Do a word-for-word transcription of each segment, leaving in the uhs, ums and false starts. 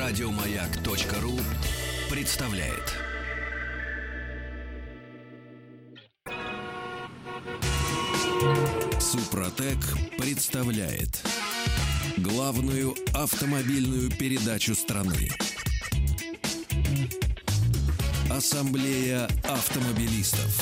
Радиомаяк.ру представляет. Супротек представляет главную автомобильную передачу страны. Ассамблея автомобилистов.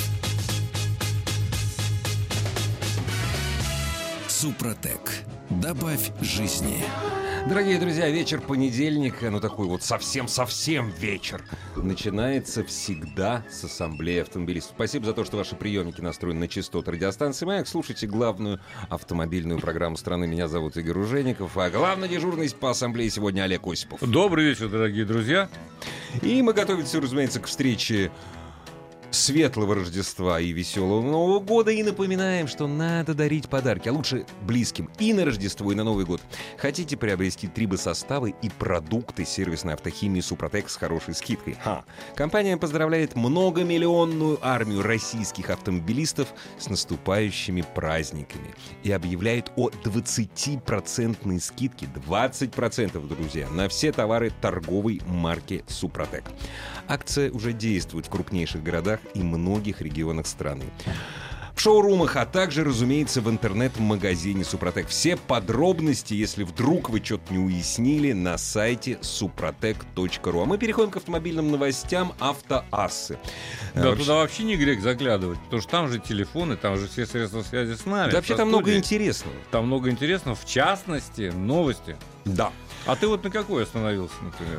Супротек. Добавь жизни. Дорогие друзья, вечер понедельника, ну такой вот совсем-совсем вечер, начинается всегда с Ассамблеи автомобилистов. Спасибо за то, что ваши приемники настроены на частоты радиостанции «Маяк». Слушайте главную автомобильную программу страны. Меня зовут Игорь Ужеников, а главный дежурный по Ассамблее сегодня Олег Осипов. Добрый вечер, дорогие друзья. И мы готовимся, разумеется, к встрече светлого Рождества и веселого Нового года. И напоминаем, что надо дарить подарки, а лучше близким и на Рождество, и на Новый год. Хотите приобрести трибосоставы и продукты сервисной автохимии «Супротек» с хорошей скидкой? Ха. Компания поздравляет многомиллионную армию российских автомобилистов с наступающими праздниками и объявляет о двадцатипроцентной скидке, двадцать процентов, друзья, на все товары торговой марки «Супротек». Акция уже действует в крупнейших городах и многих регионах страны. В шоурумах, а также, разумеется, в интернет-магазине «Супротек». Все подробности, если вдруг вы что-то не уяснили, на сайте супротек точка ру. А мы переходим к автомобильным новостям «Автоассы». Да, вообще... туда вообще не грех заглядывать, потому что там же телефоны, там же все средства связи с нами. Да, вообще там много интересного. Там много интересного, в частности, новости. Да. А ты вот на какой остановился, например?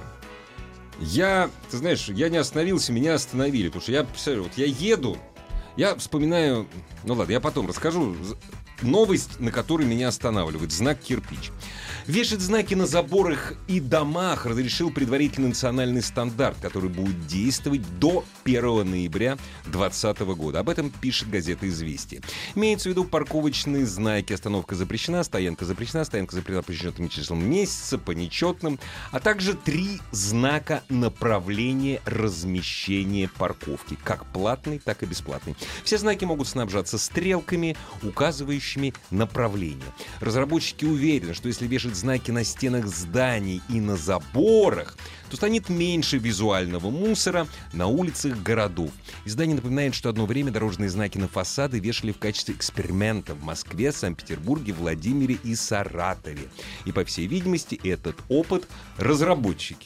Я, ты знаешь, я не остановился, меня остановили. Потому что я, представляю, вот я еду, я вспоминаю... Ну ладно, я потом расскажу. Новость, на которой меня останавливает. Знак «Кирпич». Вешать знаки на заборах и домах разрешил предварительный национальный стандарт, который будет действовать до первого ноября двадцатого года. Об этом пишет газета «Известия». Имеется в виду парковочные знаки: остановка запрещена, стоянка запрещена, стоянка запрещена числом месяца, по нечетным, а также три знака направления размещения парковки, как платной, так и бесплатной. Все знаки могут снабжаться стрелками, указывающими направление. Разработчики уверены, что если вешать знаки на стенах зданий и на заборах, то станет меньше визуального мусора на улицах городов. Издание напоминает, что одно время дорожные знаки на фасады вешали в качестве эксперимента в Москве, Санкт-Петербурге, Владимире и Саратове. И, по всей видимости, этот опыт разработчики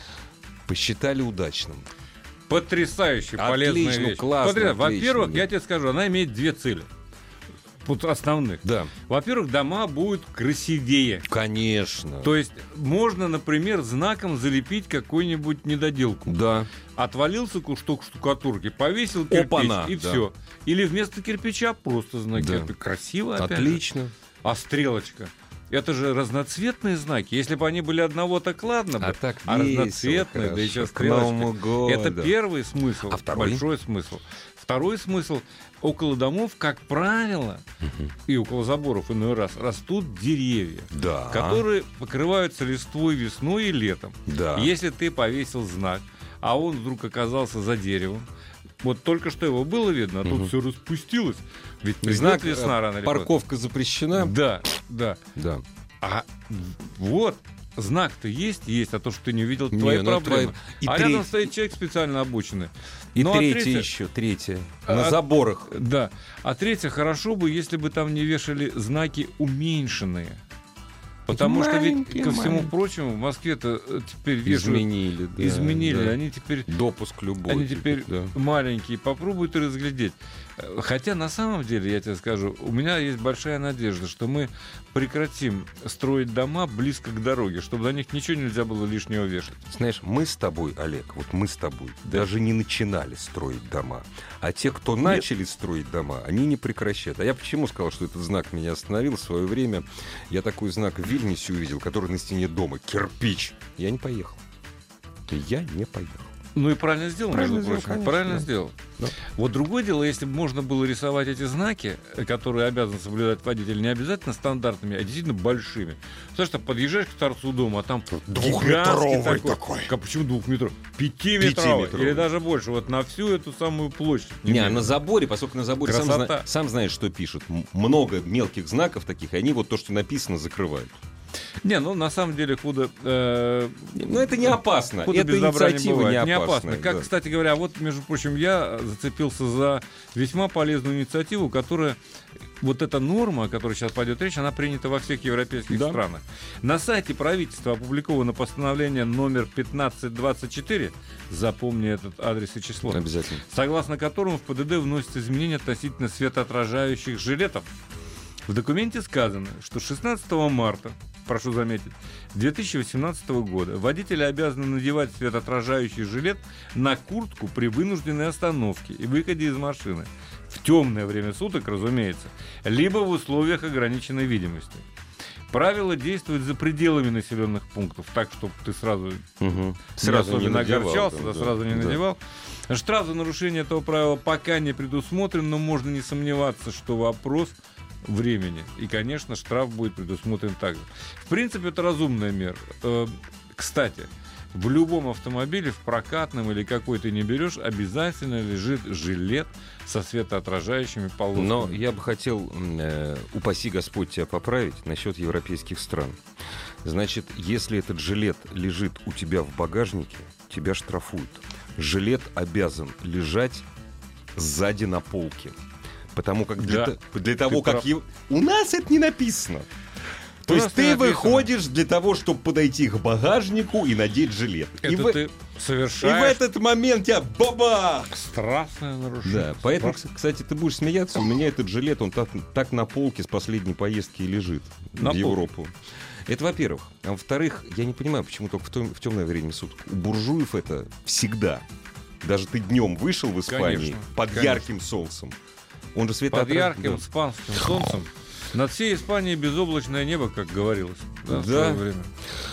посчитали удачным. Потрясающе полезная Отлично, вещь. классно, Потря... отлично, Во-первых, да. я тебе скажу, она имеет две цели. Вот основных. Да. Во-первых, дома будут красивее. Конечно. То есть можно, например, знаком залепить какую-нибудь недоделку. Да. Отвалился кусок штукатурки, повесил кирпич, Опана, и да. все. Или вместо кирпича просто знаки. Да. Это красиво, опять Отлично. же. А стрелочка? Это же разноцветные знаки. Если бы они были одного, так ладно бы. А так а весело, разноцветные, да хорошо, еще к Новому стрелочка. году. Это первый смысл, А второй? большой смысл. Второй смысл: около домов, как правило, и около заборов иной раз растут деревья, Да. которые покрываются листвой весной и летом. Да. Если ты повесил знак, а он вдруг оказался за деревом, вот только что его было видно, а тут все распустилось. Ведь придет Знак весна рано или поздно. «Парковка запрещена». Да, да. Да. А вот знак-то есть, есть, а то, что ты не увидел, Не, твои ну, проблемы. твои- и А треть- рядом стоит человек специально обученный. И Ну, а третье третье- еще, третье. На А- заборах. Да. А третье, хорошо бы, если бы там не вешали знаки уменьшенные. Потому что ведь, Маленькие, ко всему маленькие. прочему, в Москве-то э, теперь вешают... Изменили. Да, изменили. да. Они теперь... Допуск любой. Они теперь да. маленькие, попробуй ты разглядеть. Хотя на самом деле, я тебе скажу, у меня есть большая надежда, что мы прекратим строить дома близко к дороге, чтобы на них ничего нельзя было лишнего вешать. Знаешь, мы с тобой, Олег, вот мы с тобой даже не начинали строить дома. А те, кто начали строить дома, они не прекращают. А я почему сказал, что этот знак меня остановил в свое время? Я такой знак в Вильнюсе увидел, который на стене дома. Кирпич. Я не поехал. Я не поехал. Ну и правильно сделал, Правильно между сделал, прочим. конечно, правильно да. сделал. Да. Вот другое дело, если бы можно было рисовать эти знаки, которые обязан соблюдать водитель, не обязательно стандартными, а действительно большими. Потому что подъезжаешь к торцу дома, а там Двухметровый гигантский такой. такой. Как, почему двухметровый? Пятиметровый. Пятиметровый. Или даже больше. Вот на всю эту самую площадь. Не, а на заборе, поскольку на заборе сам, Красота. зна- сам знаешь, что пишут. М- Много мелких знаков таких, и они вот то, что написано, закрывают. Не, ну на самом деле худо... Э, Но это не опасно. Худо Эта без добра не инициатива бывает. не Не опасна. опасно. Как, да. кстати говоря, вот, между прочим, я зацепился за весьма полезную инициативу, которая... Вот эта норма, о которой сейчас пойдет речь, она принята во всех европейских Да. странах. На сайте правительства опубликовано постановление номер пятнадцать двадцать четыре. Запомни этот адрес и число. Обязательно. Согласно которому в ПДД вносятся изменения относительно светоотражающих жилетов. В документе сказано, что шестнадцатого марта, прошу заметить, две тысячи восемнадцатого года водители обязаны надевать светоотражающий жилет на куртку при вынужденной остановке и выходе из машины. В темное время суток, разумеется, либо в условиях ограниченной видимости. Правило действует за пределами населенных пунктов, так, чтобы ты сразу, Угу. не особенно огорчался, да, сразу не да. надевал. Штраф за нарушение этого правила пока не предусмотрен, но можно не сомневаться, что вопрос времени. И, конечно, штраф будет предусмотрен также. В принципе, это разумная мера. Э, Кстати, в любом автомобиле, в прокатном или какой ты не берешь, обязательно лежит жилет со светоотражающими полосками. Но я бы хотел, э, упаси Господь, тебя поправить насчет европейских стран. Значит, если этот жилет лежит у тебя в багажнике, тебя штрафуют. Жилет обязан лежать сзади на полке. Потому как для, Да. то- для того, Ты как... прав. Ев- У нас это не написано. То У есть нас не ты написано. выходишь для того, чтобы подойти к багажнику и надеть жилет. И Это в, ты и в совершаешь этот момент тебя баба! страшное нарушение. Да, поэтому, Страшное. кстати, ты будешь смеяться, у меня этот жилет, он так, так на полке с последней поездки и лежит На в полке? Европу. Это во-первых. А во-вторых, я не понимаю, почему только в, том- в темное время суток. У буржуев это всегда. Даже ты днем вышел в Испании Конечно, под конечно. ярким солнцем. Он же Под светоотражает. ярким испанским солнцем над всей Испанией безоблачное небо, как говорилось. Да, в Да. свое время.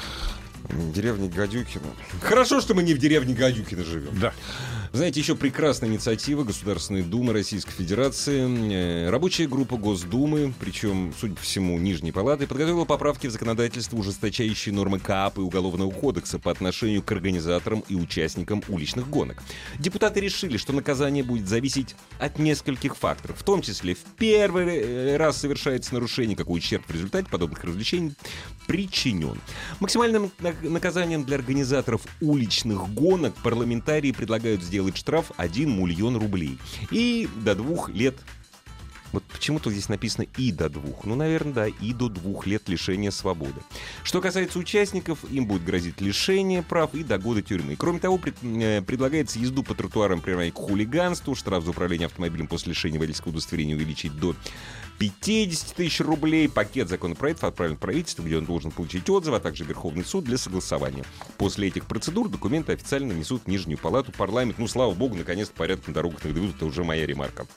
Деревня Гадюкина. Хорошо, что мы не в деревне Гадюкина живем. Да. Знаете, еще прекрасная инициатива Государственной Думы Российской Федерации. Э, Рабочая группа Госдумы, причем, судя по всему, Нижней Палаты, подготовила поправки в законодательство, ужесточающие нормы КАП и Уголовного кодекса по отношению к организаторам и участникам уличных гонок. Депутаты решили, что наказание будет зависеть от нескольких факторов, в том числе в первый раз совершается нарушение, какой ущерб в результате подобных развлечений причинен. Максимальным на- наказанием для организаторов уличных гонок парламентарии предлагают сделать штраф один миллион рублей и до двух лет. Вот почему-то здесь написано «и до двух». Ну, наверное, да, и до двух лет лишения свободы. Что касается участников, им будет грозить лишение прав и до года тюрьмы. Кроме того, пред- э, предлагается езду по тротуарам приравнять к хулиганству, штраф за управление автомобилем после лишения водительского удостоверения увеличить до пятьдесят тысяч рублей. Пакет законопроектов отправлен в правительство, где он должен получить отзыв, а также Верховный суд для согласования. После этих процедур документы официально несут в Нижнюю Палату, парламент. Ну, слава богу, наконец-то порядок на дорогах наведут. Это уже моя ремарка.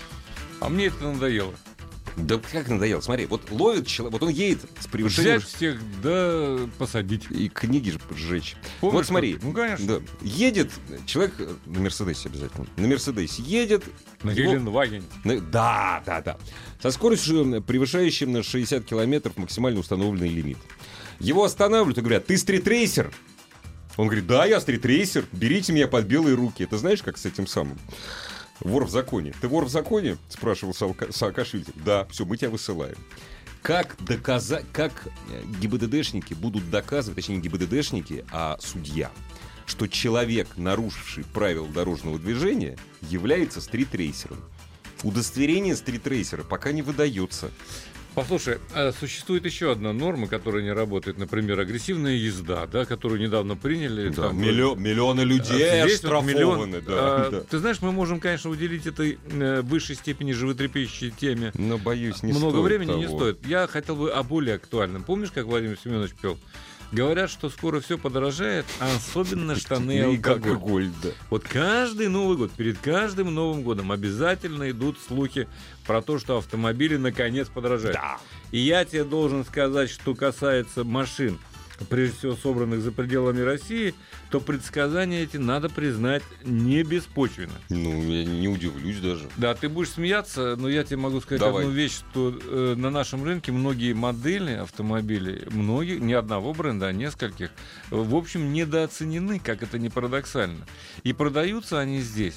А мне это надоело. Да как надоело? Смотри, вот ловит человек, вот он едет с превышением... Взять всех, да посадить. И книги же сжечь. Помнишь, вот смотри, как? Ну, конечно. да, едет человек на Мерседесе обязательно. На Мерседесе едет... На его- Геленвагене. на- Да, да, да. Со скоростью, превышающей на шестьдесят километров максимально установленный лимит. Его останавливают и говорят: ты стритрейсер? Он говорит: да, я стритрейсер, берите меня под белые руки. Это знаешь, как с этим самым? Вор в законе. Ты вор в законе? Спрашивал Саака- Саакашвили. Да, все, мы тебя высылаем. Как доказать, как э, ГИБДДшники будут доказывать, точнее не ГИБДДшники, а судья, что человек, нарушивший правила дорожного движения, является стритрейсером? Удостоверение стритрейсера пока не выдается. Послушай, а существует еще одна норма, которая не работает. Например, агрессивная езда, да, которую недавно приняли. Да, там, миллио- миллионы людей здесь вот оштрафованы. миллион. Да, А, да. Ты знаешь, мы можем, конечно, уделить этой э, высшей степени животрепещущей теме Но, боюсь, не много стоит времени того. не стоит. Я хотел бы о более актуальном. Помнишь, как Владимир Семенович пел? Говорят, что скоро все подорожает, а особенно штаны и И алкоголь. алкоголь, да. Вот каждый Новый год, перед каждым Новым годом обязательно идут слухи про то, что автомобили наконец подорожают. Да. И я тебе должен сказать, что касается машин, прежде всего собранных за пределами России, то предсказания эти, надо признать, не беспочвенно. Ну, я не удивлюсь даже. Да, ты будешь смеяться, но я тебе могу сказать Давай. одну вещь, что э, на нашем рынке многие модели автомобилей, многие, не одного бренда, а нескольких, э, в общем, недооценены, как это ни парадоксально. И продаются они здесь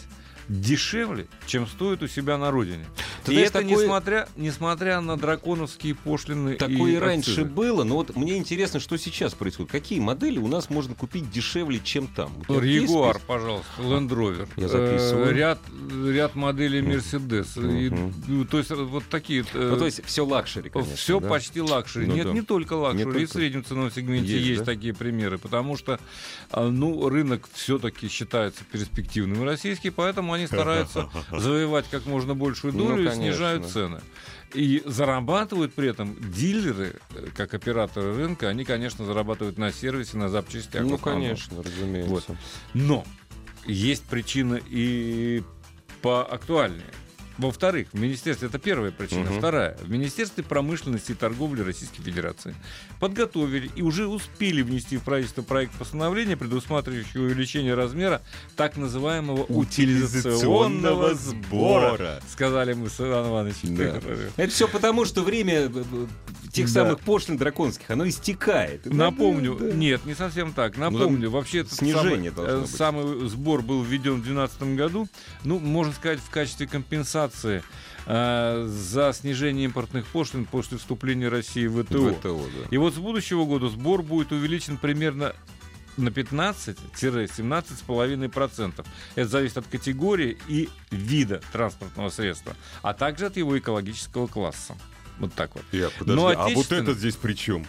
дешевле, чем стоит у себя на родине. Ты и знаешь, это такое... несмотря, несмотря на драконовские пошлины. Такое и и раньше акцизы. было, но вот мне интересно, что сейчас происходит. Какие модели у нас можно купить дешевле, чем там? У тебя есть Ягуар, список? пожалуйста, Land Rover. Я записываю. Э, ряд, ряд моделей Mercedes. Мгм. И, то есть вот такие. Ну, то есть все лакшери, конечно. Все да? почти лакшери. Ну Нет, да. не только лакшери. Не И только. в среднем ценовом сегменте Есть, есть, да? такие примеры. Потому что а, ну, рынок все-таки считается перспективным российский, поэтому они стараются завоевать как можно большую Ну, долю и конечно. снижают цены. И зарабатывают при этом дилеры, э, как операторы рынка, они, конечно, зарабатывают на сервисе, на запчастях. в Ну, основном. конечно, разумеется. Вот. Но есть причина и поактуальнее. Во-вторых, в Министерстве, это первая причина. Мгм. Вторая. В Министерстве промышленности и торговли Российской Федерации подготовили и уже успели внести в правительство проект постановления, предусматривающий увеличение размера так называемого утилизационного сбора. Сказали мы с Иваном Ивановичем. Да. Это все потому, что время э, э, тех Да. самых пошлин драконских, оно истекает. Напомню, Да, да. нет, не совсем так. Ну, Напомню, там вообще этот снижение самый, должно э, быть. самый сбор был введен в две тысячи двенадцатом году, ну, можно сказать, в качестве компенсации э, за снижение импортных пошлин после вступления России в ВТО. ВТО, да. И вот с будущего года сбор будет увеличен примерно на пятнадцать-семнадцать с половиной процентов. Это зависит от категории и вида транспортного средства, а также от его экологического класса. Вот так вот. Я, подожди, Но а вот отечественно- это здесь при чем?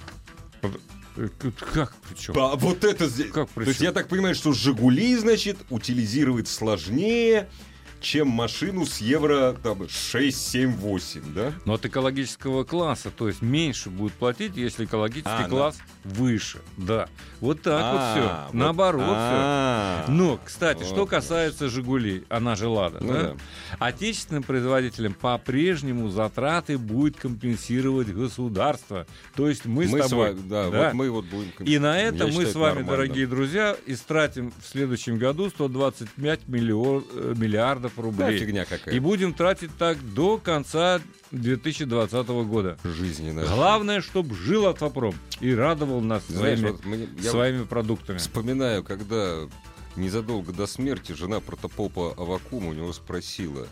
Э, Как причем? А вот это здесь. Как То есть причем? я так понимаю, что «Жигули», значит, утилизировать сложнее, чем машину с евро там, шесть, семь, восемь, да? Но от экологического класса, то есть меньше будет платить, если экологический А, да. класс выше. Да. Вот так А, вот вот. все. Наоборот А. все. Но, кстати, Вот, что касается «Жигулей», она же «Лада», Ну да? да. Отечественным производителям по-прежнему затраты будет компенсировать государство. То есть мы, Мы с с тобой. вами, да, Да. вот мы вот будем... И на Я это мы считаю, с вами, нормально. дорогие друзья, истратим в следующем году сто двадцать пять миллион- э, миллиардов Да, рублей. фигня какая. И будем тратить так до конца две тысячи двадцатого года. Жизненная. Главное, чтобы жил автопром и радовал нас Знаешь, своими, вот мне- я своими продуктами. вспоминаю, когда незадолго до смерти жена протопопа Аввакума у него спросила: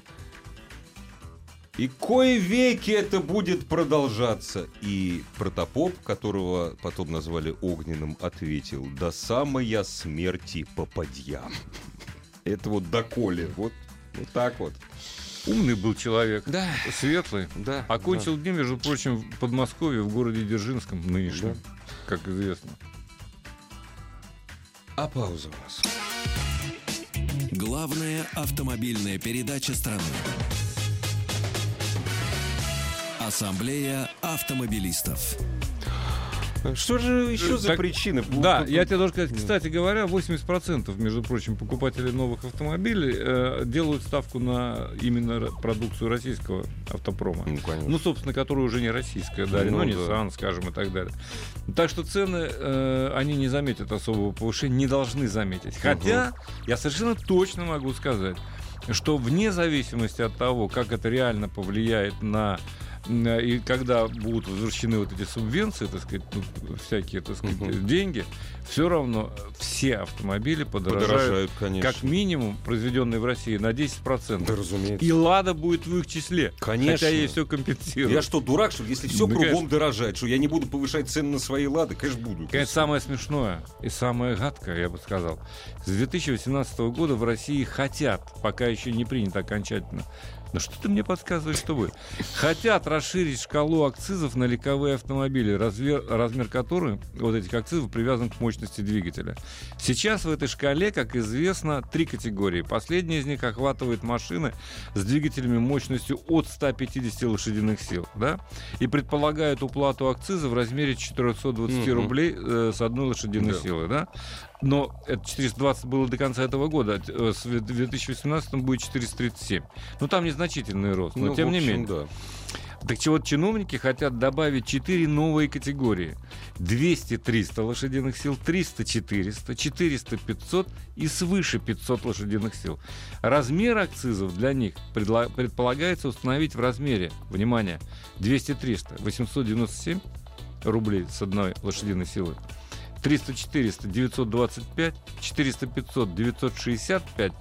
«И кое веки это будет продолжаться?» И протопоп, которого потом назвали Огненным, ответил: «До самой смерти попадья». Это вот доколе. Вот, вот так вот. Умный был человек, Да. светлый. Да. Окончил дни, между прочим, в Подмосковье, в городе Дзержинском нынешнем, как известно. А пауза у нас. Главная автомобильная передача страны. Ассамблея автомобилистов. Что же еще за Так, причины? Да, Вот, я вот, тебе должен сказать, кстати говоря, восемьдесят процентов, между прочим, покупателей новых автомобилей э, делают ставку на именно р- продукцию российского автопрома. Ну, конечно. Ну, собственно, которая уже не российская, да, Ну, но да. Nissan, скажем, и так далее. Так что цены, э, они не заметят особого повышения, не должны заметить. Хотя, я совершенно точно могу сказать, что вне зависимости от того, как это реально повлияет на... на- и когда будут возвращены вот эти субвенции, так сказать, ну, всякие, так сказать, Мгм. деньги, все равно все автомобили подорожают, Подорожают, конечно. как минимум, произведенные в России, на десять процентов. Да, разумеется. И «Лада» будет в их числе. Конечно. Хотя ей все компенсирует. Я что, дурак, что ли? Если все Да, кругом конечно. дорожает, что я не буду повышать цены на свои «Лады? Конечно, буду. Это самое смешное и самое гадкое, я бы сказал. С две тысячи восемнадцатого года в России хотят, пока еще не принято окончательно, но что ты мне подсказываешь, что вы? Хотят расширить шкалу акцизов на легковые автомобили, размер, размер которых, вот этих акцизов, привязан к мощности двигателя. Сейчас в этой шкале, как известно, три категории. Последняя из них охватывает машины с двигателями мощностью от ста пятидесяти лошадиных сил, да? И предполагает уплату акциза в размере четыреста двадцать Мгм. рублей э, с одной лошадиной Да. силы, да? Но это четыреста двадцать было до конца этого года, а с две тысячи восемнадцатом будет четыреста тридцать семь. Ну, там незначительный рост, но Ну, тем в не общем, менее. да. Так чего чиновники хотят добавить четыре новые категории. двести триста лошадиных сил, триста четыреста, четыреста пятьсот и свыше пятьсот лошадиных сил. Размер акцизов для них предла- предполагается установить в размере, внимание, двести триста, восемьсот девяносто семь рублей с одной лошадиной силы, триста четыреста, девятьсот двадцать пять, четыреста пятьсот, девятьсот шестьдесят пять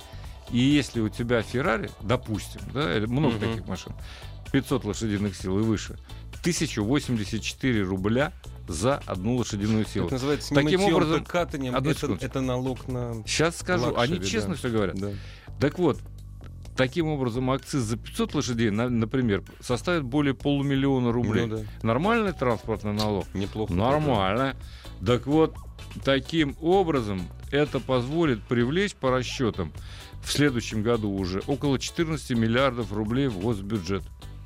И если у тебя Феррари, допустим, да, много Мгм. таких машин, пятьсот лошадиных сил и выше, тысяча восемьдесят четыре рубля за одну лошадиную силу. Это называется Таким не мытьем, образом, то катанием. одну Это, секунду. это налог на... Сейчас скажу, Лакшери, они честно да. все говорят. Да. Так вот, таким образом, акциз за пятьсот лошадей, на- например, составит более полумиллиона рублей. Ну да. Нормальный транспортный налог? Неплохо. Нормально. Так вот, таким образом, это позволит привлечь по расчетам в следующем году уже около четырнадцать миллиардов рублей в госбюджет.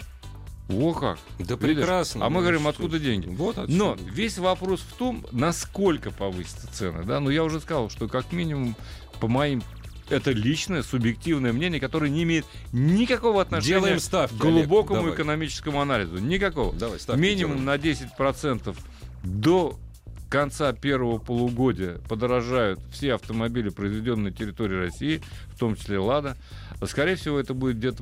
Во как! Да Видишь? прекрасно. А мы Ну, говорим, что откуда ж. деньги? Вот отсюда. Но весь вопрос в том, насколько повысятся цены. Да? Ну, я уже сказал, что как минимум, по моим... Это личное, субъективное мнение, которое не имеет никакого отношения Делаем ставки, к глубокому Олег, давай. экономическому анализу. Никакого. Давай, ставки Минимум делаем. на десять процентов до конца первого полугодия подорожают все автомобили, произведенные на территории России, в том числе «Лада». Скорее всего, это будет где-то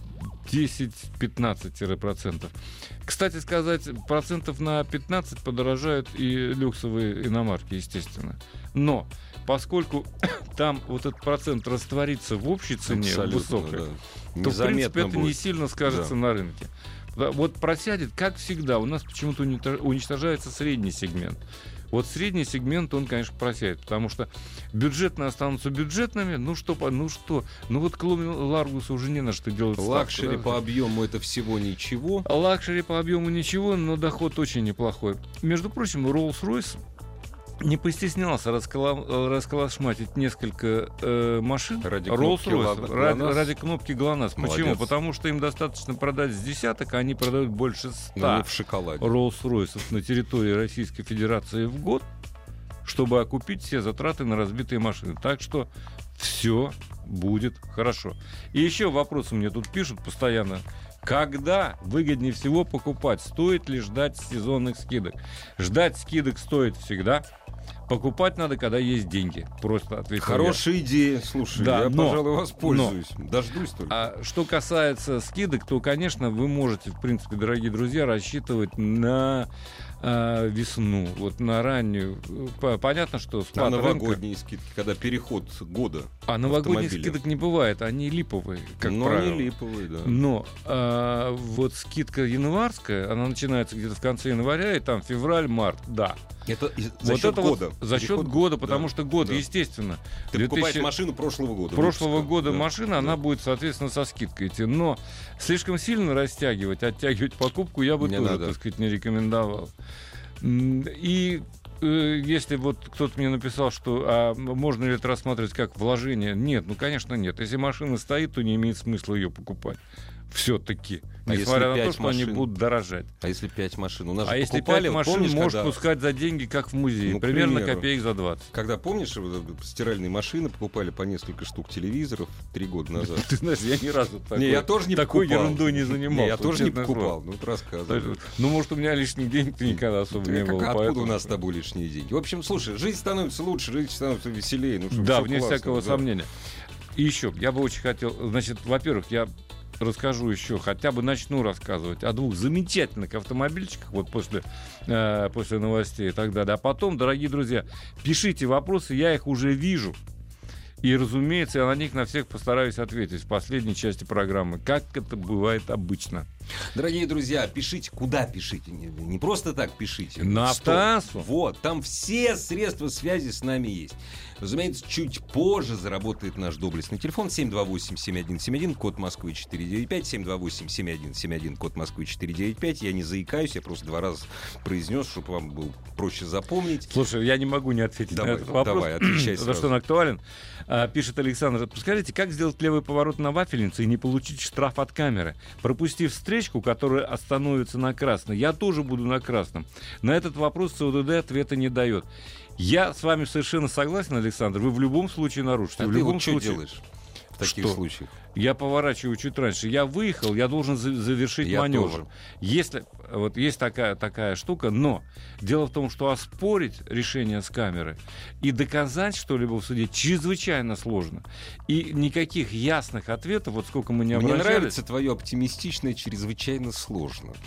десять-пятнадцать процентов. Кстати сказать, процентов на пятнадцать подорожают и люксовые иномарки, естественно. Но поскольку там вот этот процент растворится в общей цене Абсолютно, высокой, да. то, в принципе, Незаметно это не будет. сильно скажется Да. на рынке. Да, вот просядет, как всегда, у нас почему-то уничтож- уничтожается средний сегмент. Вот средний сегмент, он, конечно, просядет, потому что бюджетные останутся бюджетными. Ну что, по- ну что, ну вот кроме Ларгуса уже не на что делать ставку, Лакшери да. по объему это всего ничего. Лакшери по объему ничего, но доход очень неплохой. Между прочим, Rolls-Royce не постеснялся раскола- расколошматить несколько э, машин Ради кнопки Rolls-Royce, Гла- ради, ГЛОНАСС. ради кнопки ГЛОНАСС. Почему? Молодец. Потому что им достаточно продать с десяток, а они продают больше Но ста не в шоколаде. Rolls-Royce на территории Российской Федерации в год, чтобы окупить все затраты на разбитые машины. Так что все будет хорошо. И еще вопросы мне тут пишут постоянно. Когда выгоднее всего покупать? Стоит ли ждать сезонных скидок? Ждать скидок стоит всегда. Покупать надо, когда есть деньги. Просто ответил я. Хорошая идея. Слушай, Да, я, но- пожалуй, воспользуюсь. Дождусь только. А что касается скидок, то, конечно, вы можете, в принципе, дорогие друзья, рассчитывать на а, весну, вот на раннюю. По- Понятно, что А спад рынка... новогодние скидки, когда переход года. А новогодних автомобиля. скидок не бывает, они липовые, как Но правило. они липовые, да. Но а, вот скидка январская, она начинается где-то в конце января, и там февраль-март, да. Это и- за вот счет это вот года. за счет Переход- года, потому да, что год, да. естественно. Ты две покупаешь тысячи машину прошлого года. прошлого выпуска. года Да, машина, да. она будет, соответственно, со скидкой идти. Но слишком сильно растягивать, оттягивать покупку я бы Не тоже, надо. так сказать, не рекомендовал. М, И э, если вот кто-то мне написал, что а можно ли это рассматривать как вложение, нет, ну, конечно, нет. Если машина стоит, то не имеет смысла ее покупать. Все-таки. А если Несмотря на то, пять что они машин? будут дорожать. А если пять машин? У нас А же если покупали, пять машин, помнишь, можешь когда, пускать за деньги, как в музее. Ну, к Примерно примеру. копеек за двадцать. когда, помнишь, вот это стиральные машины покупали по несколько штук телевизоров три года назад? Ты знаешь, я ни разу такой, Не, я тоже не такой покупал. ерундой не занимался. Не, я тоже не честное покупал. слово. Ну, вот рассказывай. Ну, может, у меня лишних денег никогда особо не Как- было. откуда поэтому- у нас с тобой лишние деньги? В общем, слушай, жизнь становится лучше, жизнь становится веселее. Ну, что, Да, всё вне классно, всякого да. сомнения. И еще, я бы очень хотел, значит, во-первых, я расскажу еще, хотя бы начну рассказывать о двух замечательных автомобильчиках, вот после, э, после новостей и так далее. А потом, дорогие друзья, пишите вопросы, я их уже вижу. И, разумеется, я на них на всех постараюсь ответить в последней части программы, как это бывает обычно. Дорогие друзья, пишите, куда пишите? Не, не просто так пишите. На Что? Автоассу. Вот, там все средства связи с нами есть. Разумеется, чуть позже заработает наш доблестный телефон семь два восемь семь один семь один, код Москвы четыре девять пять, семь два восемь семь один семь один, код Москвы четыре девять пять. Я не заикаюсь, я просто два раза произнес, чтобы вам было проще запомнить. Слушай, я не могу не ответить Давай, на этот вопрос, давай, отвечай за сразу. что он актуален. А, пишет Александр, подскажите, как сделать левый поворот на вафельнице и не получить штраф от камеры? Пропустив встречку, которая остановится на красной, я тоже буду на красном. На этот вопрос ЦОДД ответа не дает. Я с вами совершенно согласен, Александр, вы в любом случае нарушите. А в ты любом вот что случае... делаешь в таких Что? случаях? Я поворачиваю чуть раньше. Я выехал, я должен за- завершить Я маневр. тоже. Если вот есть такая, такая штука, но дело в том, что оспорить решение с камеры и доказать что-либо в суде чрезвычайно сложно. И никаких ясных ответов, вот сколько мы не Мне обращались... нравится твое оптимистичное, чрезвычайно сложно.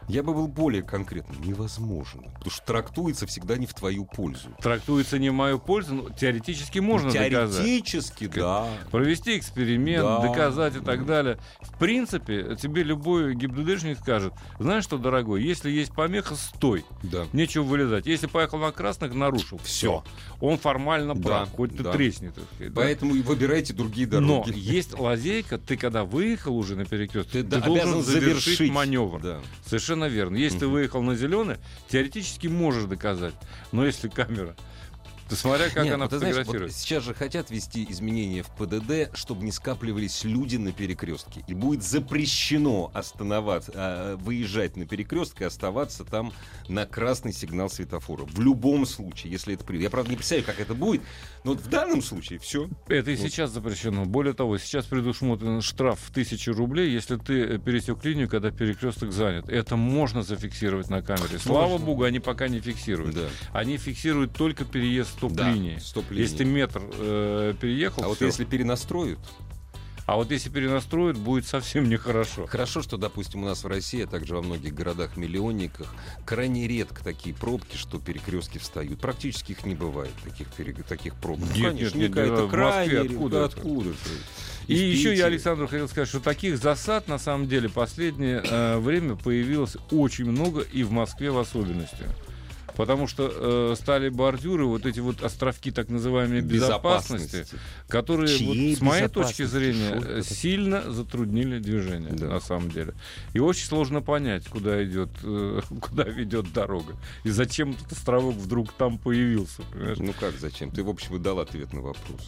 Я бы был более конкретным. Невозможно. Потому что трактуется всегда не в твою пользу. Трактуется не в мою пользу, но теоретически можно доказать. Теоретически, да. Провести эксперимент, Да. доказать и так далее. В принципе, тебе любой ГИБДДшник скажет: знаешь что, дорогой, если есть помеха, стой. Да. Нечего вылезать. Если поехал на красных, нарушил. Все. Он формально Да, прав, хоть ты да. тресни, так сказать. да. Поэтому и выбирайте другие Но дороги. есть лазейка, ты когда выехал уже на перекресток, Ты, ты, да, должен обязан завершить, завершить маневр. Да. Совершенно верно. Если ты Мгм. выехал на зеленый, теоретически можешь доказать. Но если камера, то смотря как Нет, она вот ты знаешь, фотографирует. вот сейчас же хотят ввести изменения в ПДД, чтобы не скапливались люди на перекрестке. И будет запрещено остановаться, а, выезжать на перекресток и оставаться там на красный сигнал светофора. В любом случае, если это... при- Я, правда, не представляю, как это будет, но вот в данном случае все. Это и Вот. сейчас запрещено. Более того, сейчас предусмотрен штраф в тысячу рублей, если ты пересек линию, когда перекресток занят. Это можно зафиксировать на камере. Слава Можно. богу, они пока не фиксируют. Да. Они фиксируют только переезд стоп-линии. Да, стоп-линии. Если ты метр э, переехал, А вот всё. если перенастроят... а вот если перенастроят, будет совсем нехорошо. Хорошо, что, допустим, у нас в России, а также во многих городах-миллионниках, крайне редко такие пробки, что перекрестки встают. Практически их не бывает, таких, пере- таких пробок. Нет, Конечно, нет, нет, это в Москве крайне откуда редко. это? Откуда же? И в еще я, Питере. Александру, хотел сказать, что таких засад, на самом деле, последнее э, время появилось очень много, и в Москве в особенности. Потому что э, стали бордюры, вот эти вот островки так называемой безопасности, Безопасности. которые, Чьей вот, с моей точки безопасности? зрения, Что э, это? сильно затруднили движение, Да. на самом деле. И очень сложно понять, куда идет, э, куда ведет дорога. И зачем этот островок вдруг там появился, понимаешь? Ну как, зачем? Ты, в общем, и дал ответ на вопрос.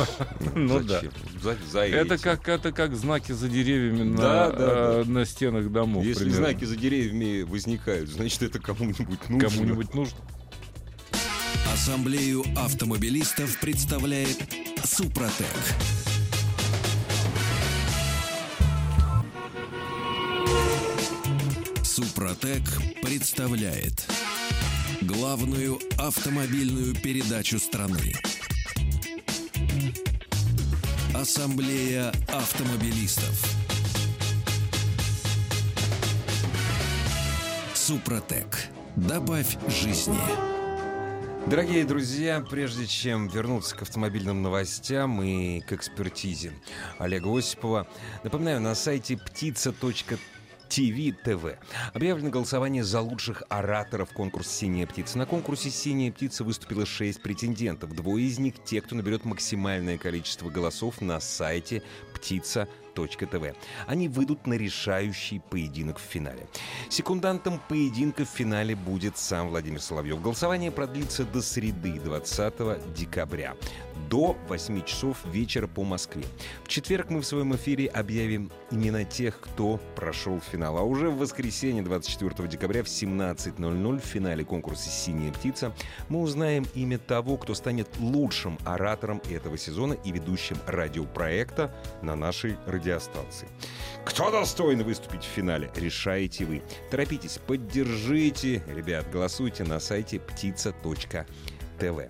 Ну Зачем? За, за Это этим. как, это как знаки за деревьями на, Да, да, э, на стенах домов. Если примерно. знаки за деревьями возникают, значит, это кому-нибудь нужно. Кому-нибудь нужно. Ассамблею автомобилистов представляет Супротек. Супротек представляет главную автомобильную передачу страны. Ассамблея автомобилистов. Супротек. Добавь жизни. Дорогие друзья, прежде чем вернуться к автомобильным новостям и к экспертизе Олега Осипова, напоминаю, на сайте птица точка тв объявлено голосование за лучших ораторов конкурса «Синяя птица». На конкурсе «Синяя птица» выступило шесть претендентов. Двое из них — те, кто наберет максимальное количество голосов на сайте птица точка тв. Они выйдут на решающий поединок в финале. Секундантом поединка в финале будет сам Владимир Соловьев. Голосование продлится до среды, двадцатого декабря, до восьми часов вечера по Москве. В четверг мы в своем эфире объявим имена тех, кто прошел финал. А уже в воскресенье, двадцать четвёртого декабря в семнадцать ноль ноль в финале конкурса «Синяя птица» мы узнаем имя того, кто станет лучшим оратором этого сезона и ведущим радиопроекта на нашей радиостанции. Кто достоин выступить в финале, решаете вы. Торопитесь, поддержите, ребят, голосуйте на сайте птица точка тв.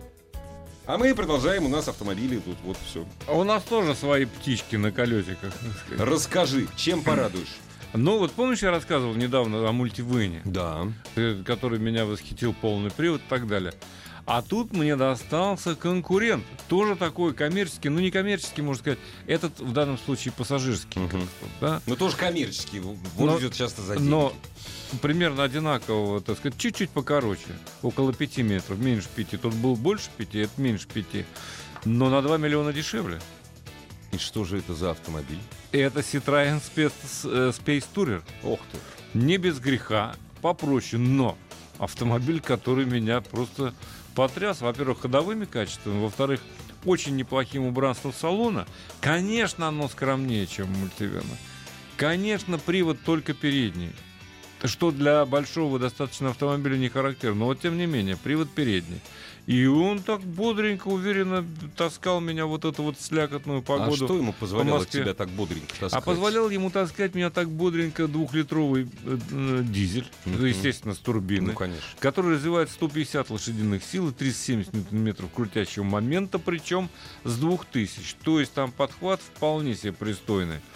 А мы продолжаем, у нас автомобили тут, вот все. А у нас тоже свои птички на колесиках. Расскажи, чем порадуешь? Ну вот помнишь, я рассказывал недавно о мультивене, Да. э, который меня восхитил, полный привод и так далее. А тут мне достался конкурент, тоже такой коммерческий, ну не коммерческий, можно сказать, этот в данном случае пассажирский. Мгм. Да? Ну тоже коммерческий, вот Но- идет часто за деньги. Но примерно одинакового, так сказать, чуть-чуть покороче, около пяти метров, меньше пяти. Тут был больше пяти, это меньше пяти, но на два миллиона дешевле. И что же это за автомобиль? Это Citroёn Space, э, Space Tourer. Ох ты. Не без греха, попроще, но автомобиль, который меня просто потряс. Во-первых, ходовыми качествами, во-вторых, очень неплохим убранством салона. Конечно, оно скромнее, чем у мультивена. Конечно, привод только передний, что для большого достаточно автомобиля не характерно, но вот тем не менее, привод передний. И он так бодренько, уверенно таскал меня вот эту вот слякотную А погоду. что ему позволяло Москве. тебя так бодренько таскать? А позволял ему таскать меня так бодренько двухлитровый э, э, дизель, Мгм. ну, естественно, с турбиной, Ну, конечно. который развивает сто пятьдесят лошадиных сил и триста семьдесят ньютон-метров крутящего момента, причем с двух тысяч. То есть там подхват вполне себе пристойный.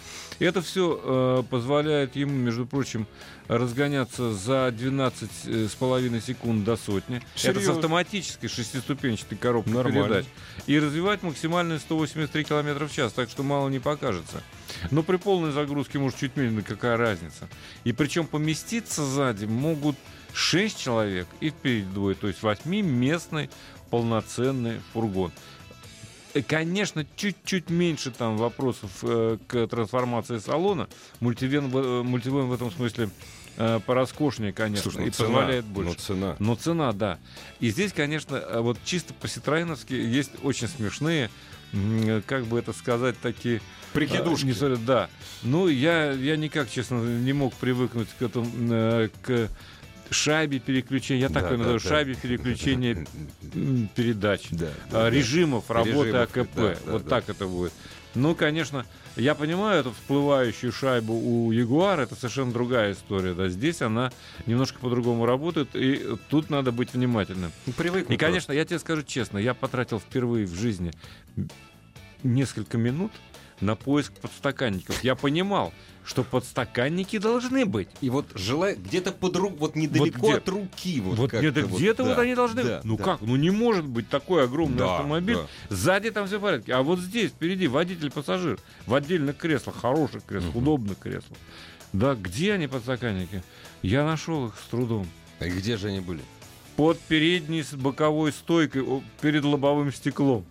Это все э, позволяет ему, между прочим, разгоняться за двенадцать с половиной секунд до сотни. Серьезно? Это с автоматической шестиступенчатой коробкой Нормально. передач. И развивать максимальные сто восемьдесят три километра в час, так что мало не покажется. Но при полной загрузке, может, чуть меньше, какая разница. И причем поместиться сзади могут шесть человек и впереди двое, то есть восьмиместный полноценный фургон. И, конечно, чуть-чуть меньше там вопросов э, к трансформации салона. Мультивен, в- мультивен в этом смысле э, пороскошнее, конечно, Слушай, ну и цена, позволяет больше. ну цена. Но цена, да. И здесь, конечно, э, вот чисто по-ситроеновски есть очень смешные, м, как бы это сказать, такие... Прикидушки. э, не совсем- да. Ну, я, я никак, честно, не мог привыкнуть к этому, э, к шайбе переключения. Я так Да, ее да, называю, да. шайбе переключения м, передач. Да, а, да, да. режимов работы Режимов, АКП. да, да, вот да. так это будет. Ну, конечно, я понимаю эту всплывающую шайбу у Ягуар, это совершенно другая история. Да. Здесь она немножко по-другому работает, и тут надо быть внимательным. Ну, привыкну И, конечно, я тебе скажу честно, я потратил впервые в жизни несколько минут на поиск подстаканников. Я понимал, что подстаканники должны быть. И вот желаю где-то под руку, вот недалеко где- от руки. Вот, Вот как-то где-то, где-то вот да, они должны да, быть. Ну да. как? Ну не может быть такой огромный Да, автомобиль. да. Сзади там все в порядке. А вот здесь, впереди, водитель-пассажир. В отдельных креслах, хороших креслах, удобных креслах. Да, где они, подстаканники? Я нашел их с трудом. А где же они были? Под передней с боковой стойкой о, перед лобовым стеклом.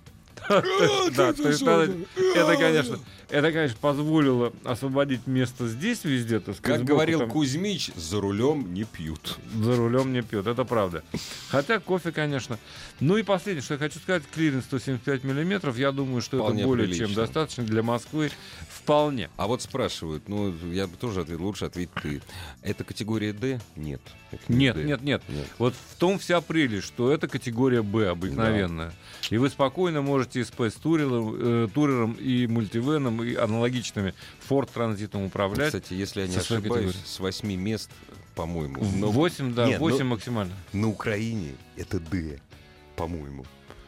Да, то есть надо- это, конечно, это, конечно, позволило освободить место здесь везде, так сказать, Как сбоку говорил там. Кузьмич, за рулем не пьют. За рулем не пьет, это правда. Хотя кофе, конечно. Ну и последнее, что я хочу сказать, клиренс сто семьдесят пять миллиметров, я думаю, что Вполне это более прилично. чем достаточно для Москвы. Вполне. А вот спрашивают, ну, я бы тоже ответил, лучше ответь ты. Это категория D? Нет. это не Нет, D. нет, нет, Нет. Вот в том вся прелесть, что это категория Б обыкновенная. И вы спокойно можете и спейс-турером э, турером, и мультивеном, и аналогичными Ford Транзитом управлять. Кстати, если я не со своей ошибаюсь, категорией. с восьми мест, по-моему. В но восемь, да, Нет, ну- восемь максимально. На Украине это D, по-моему.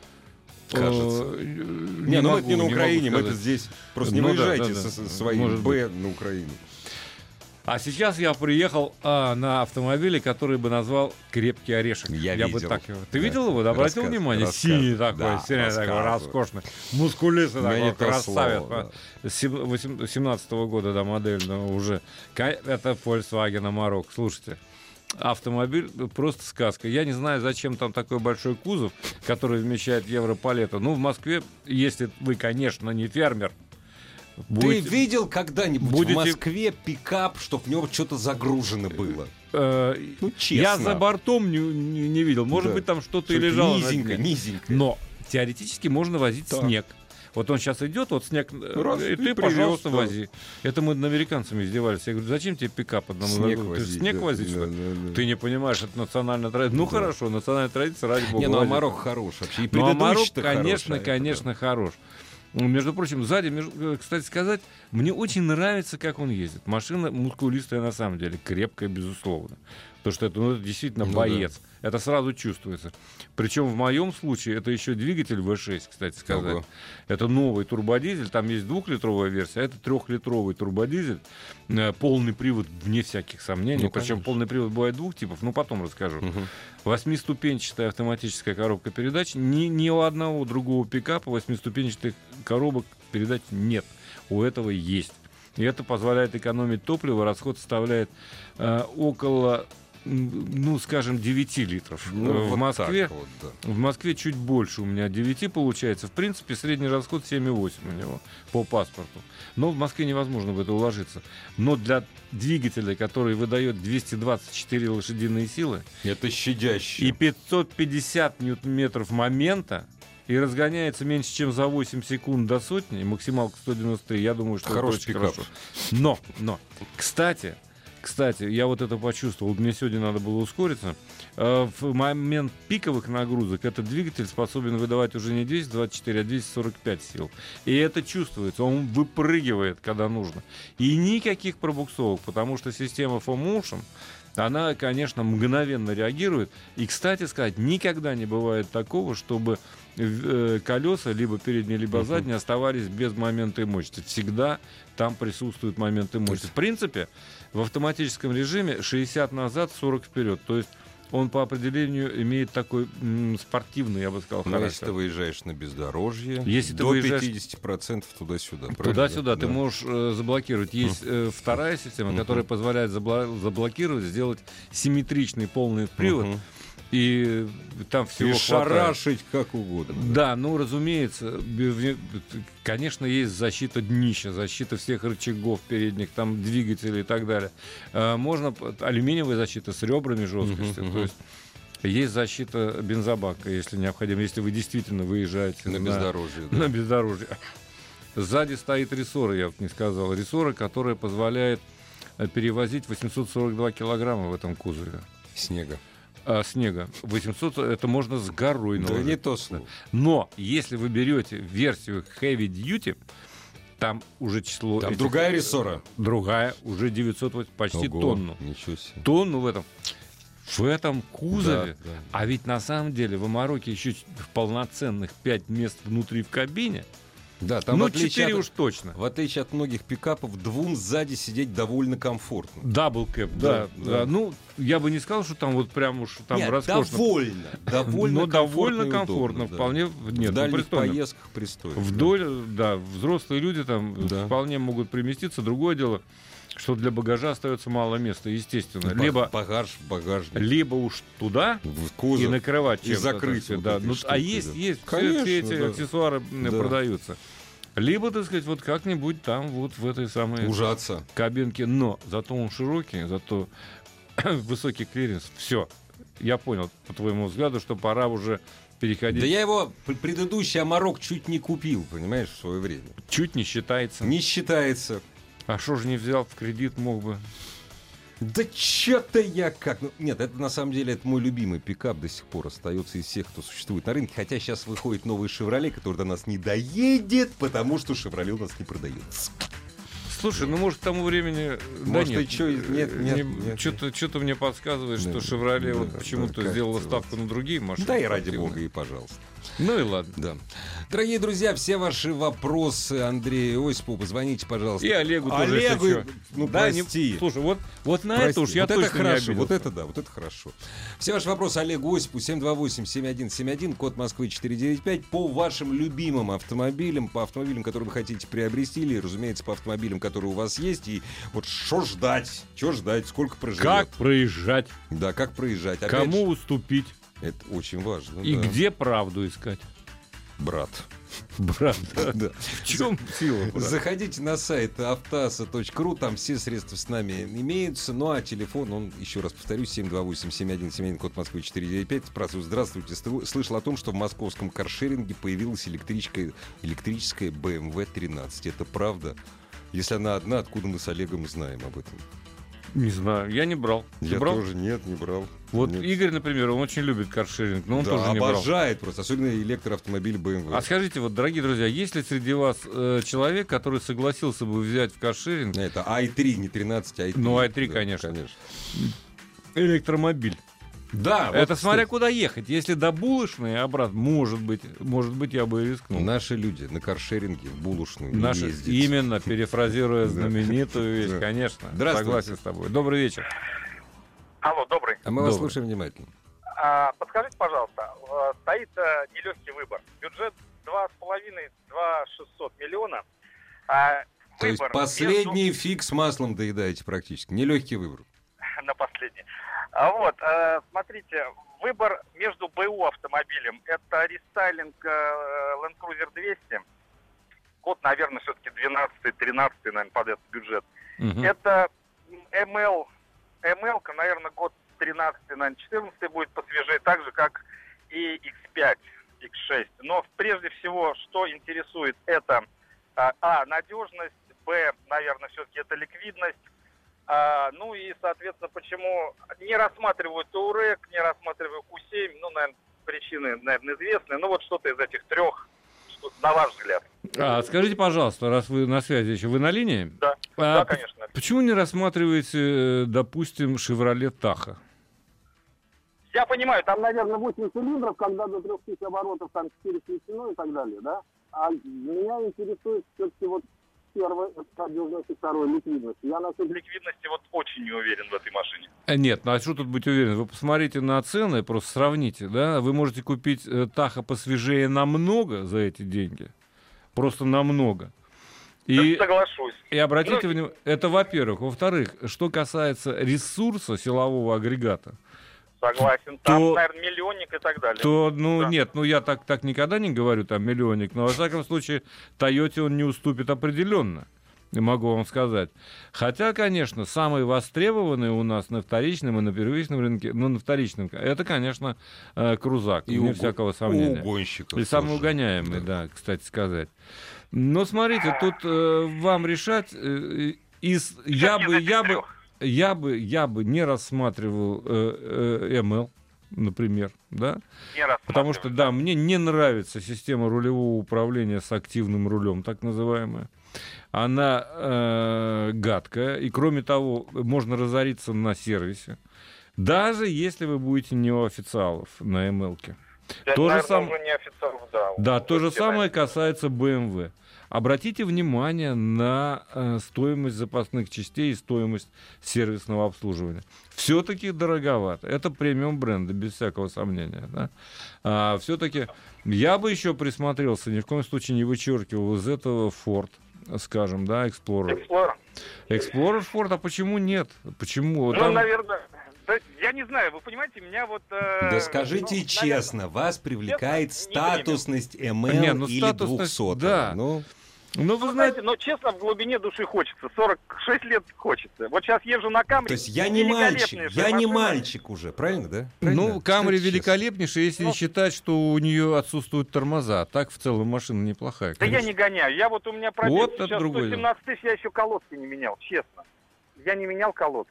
Кажется. Э, Не, ну мы это не на могу Украине, мы сказать. это здесь. Просто не Ну да, выезжайте да, да. со со своим Может Б на Украину. А сейчас я приехал а, на автомобиле, который бы назвал «Крепкий орешек». Я бы видел. так его... Ты Да. видел его? Да, обратил Рассказ- внимание? рассказ- Синий такой, да, синий такой, рассказываю. роскошный, мускулистый У меня такой, не то красавец. слово, Сем- восемь- семнадцатого года, да, модель, но уже. Ка- Это Volkswagen Amarok. Слушайте, автомобиль просто сказка. Я не знаю, зачем там такой большой кузов, который вмещает Европалету. Ну, в Москве, если вы, конечно, не фермер, Ты будете- видел когда-нибудь будете- в Москве пикап, чтобы в него что-то загружено было? Э, Ну, честно. Я за бортом не, не- не видел. Может Да. быть, там что-то и Что-то лежало. на низенько, дне. низенько. Но теоретически можно возить Так. снег. Вот он сейчас идет, вот снег, э, Раз, и и ты, привез, пожалуйста, да. вози. Это мы над американцами издевались. Я говорю, зачем тебе пикап одному? Снег Ты возить, снег да. возить, что Да, ли? да, да. Ты не понимаешь, это национальная традиция. Ну Да. хорошо, национальная традиция, ради бога. Не, ну вози. Амарок хорош вообще. И Ну, Амарок, предыдущий-то конечно, хорош, а конечно, это хорош. Ну, Между прочим, сзади, между- э, кстати сказать, мне очень нравится, как он ездит. Машина мускулистая на самом деле, крепкая, безусловно. Потому что это, ну, это действительно Ну боец. Это сразу чувствуется. Причем в моем случае это еще двигатель вэ шесть, кстати сказать. Ого. Это новый турбодизель. Там есть двухлитровая версия, а это трехлитровый турбодизель. Э, Полный привод, вне всяких сомнений. Ну, Причем конечно. полный привод бывает двух типов, ну потом расскажу. Мгм. Восьмиступенчатая автоматическая коробка передач. Ни, ни у одного другого пикапа восьмиступенчатых коробок передач нет. У этого есть. И это позволяет экономить топливо. Расход составляет э, около, м, ну, скажем, девяти литров. Ну, Э, в вот Москве так вот, да. в Москве чуть больше у меня девяти получается. В принципе, средний расход семь и восемь у него по паспорту. Но в Москве невозможно в это уложиться. Но для двигателя, который выдает двести двадцать четыре лошадиные силы Это щадяще. и пятьсот пятьдесят ньютон-метров момента, и разгоняется меньше, чем за восемь секунд до сотни, и максималка сто девяносто три, я думаю, что Хороший это очень пикап. хорошо. Но, но, кстати, кстати, я вот это почувствовал, мне сегодня надо было ускориться. Э, В момент пиковых нагрузок этот двигатель способен выдавать уже не двести двадцать четыре, а двести сорок пять сил. И это чувствуется, он выпрыгивает, когда нужно. И никаких пробуксовок, потому что система фор Motion она, конечно, мгновенно реагирует. И, кстати сказать, никогда не бывает такого, чтобы э, колеса, либо передние, либо uh-huh. задние, оставались без момента мощности. Всегда там присутствуют моменты мощности. В принципе, в автоматическом режиме шестьдесят назад, сорок вперед. То есть он по определению имеет такой м, спортивный, я бы сказал, Но характер. если ты выезжаешь на бездорожье, если до ты выезжаешь... пятьдесят процентов туда-сюда. Туда-сюда да? ты можешь э, заблокировать. Есть э, вторая система, uh-huh. которая позволяет забла- заблокировать, сделать симметричный полный привод. Uh-huh. И там всего и хватает. шарашить как угодно. Да, ну, разумеется, конечно, есть защита днища, защита всех рычагов передних, там, двигателей и так далее. Можно алюминиевая защита с ребрами жесткостью, uh-huh, uh-huh. то есть есть защита бензобака, если необходимо, если вы действительно выезжаете на, на бездорожье. Да. На бездорожье. Сзади стоит рессора, я вот не сказал, рессора, которая позволяет перевозить восемьсот сорок два килограмма в этом кузове. Снега. А, снега. восемьсот, это можно с горой наложить. Да не то слово. Но если вы берете версию Heavy Duty, там уже число... Там этих, другая рессора. Другая, уже девятьсот восемьдесят, почти Ого, тонну. Ничего себе. Тонну в этом. В этом кузове. Да, да. А ведь на самом деле в Амароке еще в полноценных пять мест внутри в кабине. Да, там ну, в отличие четыре от, уж точно. В отличие от многих пикапов, двум сзади сидеть довольно комфортно. Дабл кэп, да, да, да. Ну, я бы не сказал, что там вот прям уж там Нет, роскошно. довольно. Довольно но довольно комфортно, комфортно. удобно, Вполне, да. нет, в дальних ну, поездках пристойно. Вдоль, да. да, взрослые люди там да. вполне могут приместиться. Другое дело, что для багажа остается мало места, естественно. Баг, либо багаж, багажник. Либо уж туда в кузов, и накрывать чем-то. И закрыть. Вот да. ну, штуки, а есть, да. есть. Конечно, все, все эти да. аксессуары да. продаются. Либо, так сказать, вот как-нибудь там, вот в этой самой ужаться. Кабинке. Но зато он широкий, зато высокий клиренс. Все. Я понял, по твоему взгляду, что пора уже переходить. Да я его предыдущий Амарок чуть не купил, понимаешь, в свое время. Чуть не считается. Не считается. А что же не взял в кредит, мог бы? Да чё-то я как... Ну, нет, это на самом деле это мой любимый пикап до сих пор остается из всех, кто существует на рынке. Хотя сейчас выходит новый «Шевроле», который до нас не доедет, потому что «Шевроле» у нас не продается. Слушай, ну может к тому времени... Может, да нет, и чё... нет, нет, не... нет, что-то, нет. что-то мне подсказывает, да, что «Шевроле» да, вот да, почему-то да, сделала как-то ставку вот. на другие машины. Да и ради бога, и пожалуйста. Ну и ладно. Да. Дорогие друзья, все ваши вопросы Андрею Осипову позвоните, пожалуйста. И Олегу тоже. Олегу, если ну да, прости. Не... Слушай, вот, вот на Прости. это уж я вот точно это хорошо, не вот это да, вот это хорошо. Все ваши вопросы Олегу Осипову семь два восемь семь один семь один, код Москвы четыре девять пять, по вашим любимым автомобилям, по автомобилям, которые вы хотите приобрести, или, разумеется, по автомобилям, которые у вас есть. И вот что ждать, что ждать, сколько проживет. Как проезжать. Да, как проезжать. Опять Кому же, уступить. это очень важно. И да. где правду искать. Брат. Брат, да. Да. В чем сила, брат? Заходите на сайт автаса точка ру, там все средства с нами имеются. Ну а телефон, он, еще раз повторюсь, семь два восемь семь один семь один, код Москвы четыре девять пять. Спрашиваю, здравствуйте, слышал о том, что в московском каршеринге появилась электрическая, электрическая бэ эм вэ тринадцать. Это правда? Если она одна, откуда мы с Олегом знаем об этом? Не знаю, я не брал. Ты Я брал? тоже нет, не брал. Вот нет. Игорь, например, он очень любит каршеринг, но он да, тоже не брал. обожает просто, особенно электроавтомобиль бэ эм вэ. А скажите, вот, дорогие друзья, есть ли среди вас э, человек, который согласился бы взять в каршеринг... Это ай три, не тринадцать, ай три. Ну, ай три, да, конечно. конечно. Электромобиль? Да, это вот, смотря кстати, куда ехать. Если до Булочной и обратно, может быть, может быть, я бы и рискнул. наши люди на каршеринге в Булушную Наши, не ездят. именно, перефразируя знаменитую вещь, конечно. Согласен с тобой. Добрый вечер. Алло, добрый. А мы вас Добрый. слушаем внимательно. А, подскажите, пожалуйста, э, стоит э, нелегкий выбор. Бюджет два с половиной - два шестьсот миллиона. А, То есть выбор последний фиг с маслом доедаете практически. Нелегкий выбор. между... на последний. А вот, э, смотрите, выбор между БУ автомобилем. Это рестайлинг э, Land Cruiser двести. Год, наверное, все-таки двенадцатый-тринадцатый, наверное, под этот бюджет. Мгм. Это эм эл, эм эл, наверное, год тринадцатый, наверное, четырнадцатый будет посвежее, так же, как и икс пять, икс шесть. Но прежде всего, что интересует, это а, а надежность, б, наверное, все-таки это ликвидность. А, ну и, соответственно, почему не рассматриваю Touareg, не рассматриваю кью семь, ну, наверное, причины, наверное, известны. Ну вот что-то из этих трех, что, на ваш взгляд. А, скажите, пожалуйста, раз вы на связи еще, вы на линии? Да, а, да, конечно. Почему не рассматриваете, допустим, Chevrolet Tahoe? Я понимаю, там, наверное, восемь цилиндров, когда до трех тысяч оборотов, там четыре включено и так далее, да? А меня интересует все-таки вот первый, подвижность, и второй, ликвидность. Я на в ликвидности вот очень не уверен в этой машине. Нет, ну а что тут быть уверен? Вы посмотрите на цены, просто сравните, да? Вы можете купить Tahoe посвежее намного за эти деньги. Просто намного. И, соглашусь. И обратите ну, внимание, это во-первых. Во-вторых, что касается ресурса силового агрегата, согласен, там, то, наверное, миллионник и так далее. То, ну, да. нет, ну, я так, так никогда не говорю, там, миллионник, но, во всяком случае, Тойоте он не уступит определенно, могу вам сказать. Хотя, конечно, самые востребованные у нас на вторичном и на первичном рынке, ну, на вторичном, это, конечно, э, крузак, и вне уг... всякого сомнения. Угонщиков. И самый угоняемый, да. да, кстати сказать. Но, смотрите, тут э, вам решать, э, из, я бы, я бы... Я бы, я бы не рассматривал э, э, эм эл, например, да? Потому что, да, мне не нравится система рулевого управления с активным рулем, так называемая. Она э, гадкая, и, кроме того, можно разориться на сервисе, даже если вы будете не у официалов на эм эл-ке. То же сам... да, да, то же самое касается бэ эм вэ. Обратите внимание на э, стоимость запасных частей и стоимость сервисного обслуживания. Все-таки дороговато. Это премиум бренды, без всякого сомнения. Да? А, все-таки я бы еще присмотрелся, ни в коем случае не вычеркивал из этого Ford, скажем, да, Explorer. Explorer. Explorer Ford, а почему нет? Почему? Ну, Там... наверное... Да, я не знаю, вы понимаете, меня вот... Э, да скажите ну, честно, наверное, вас привлекает честно, статусность эм эл не, ну, или статусность, двухсотого? Да. Ну... Ну, вы знаете, но честно, в глубине души хочется. сорок шесть лет хочется. Вот сейчас езжу на Камри. То есть я не мальчик, я не мальчик уже, правильно, да? Правильно? Ну, Камри великолепнейшая, если ну, не считать, что у нее отсутствуют тормоза. Так, в целом, машина неплохая, конечно. Да я не гоняю. Я вот у меня пробег вот сейчас сто семнадцать тысяч, я еще колодки не менял, честно. Я не менял колодки.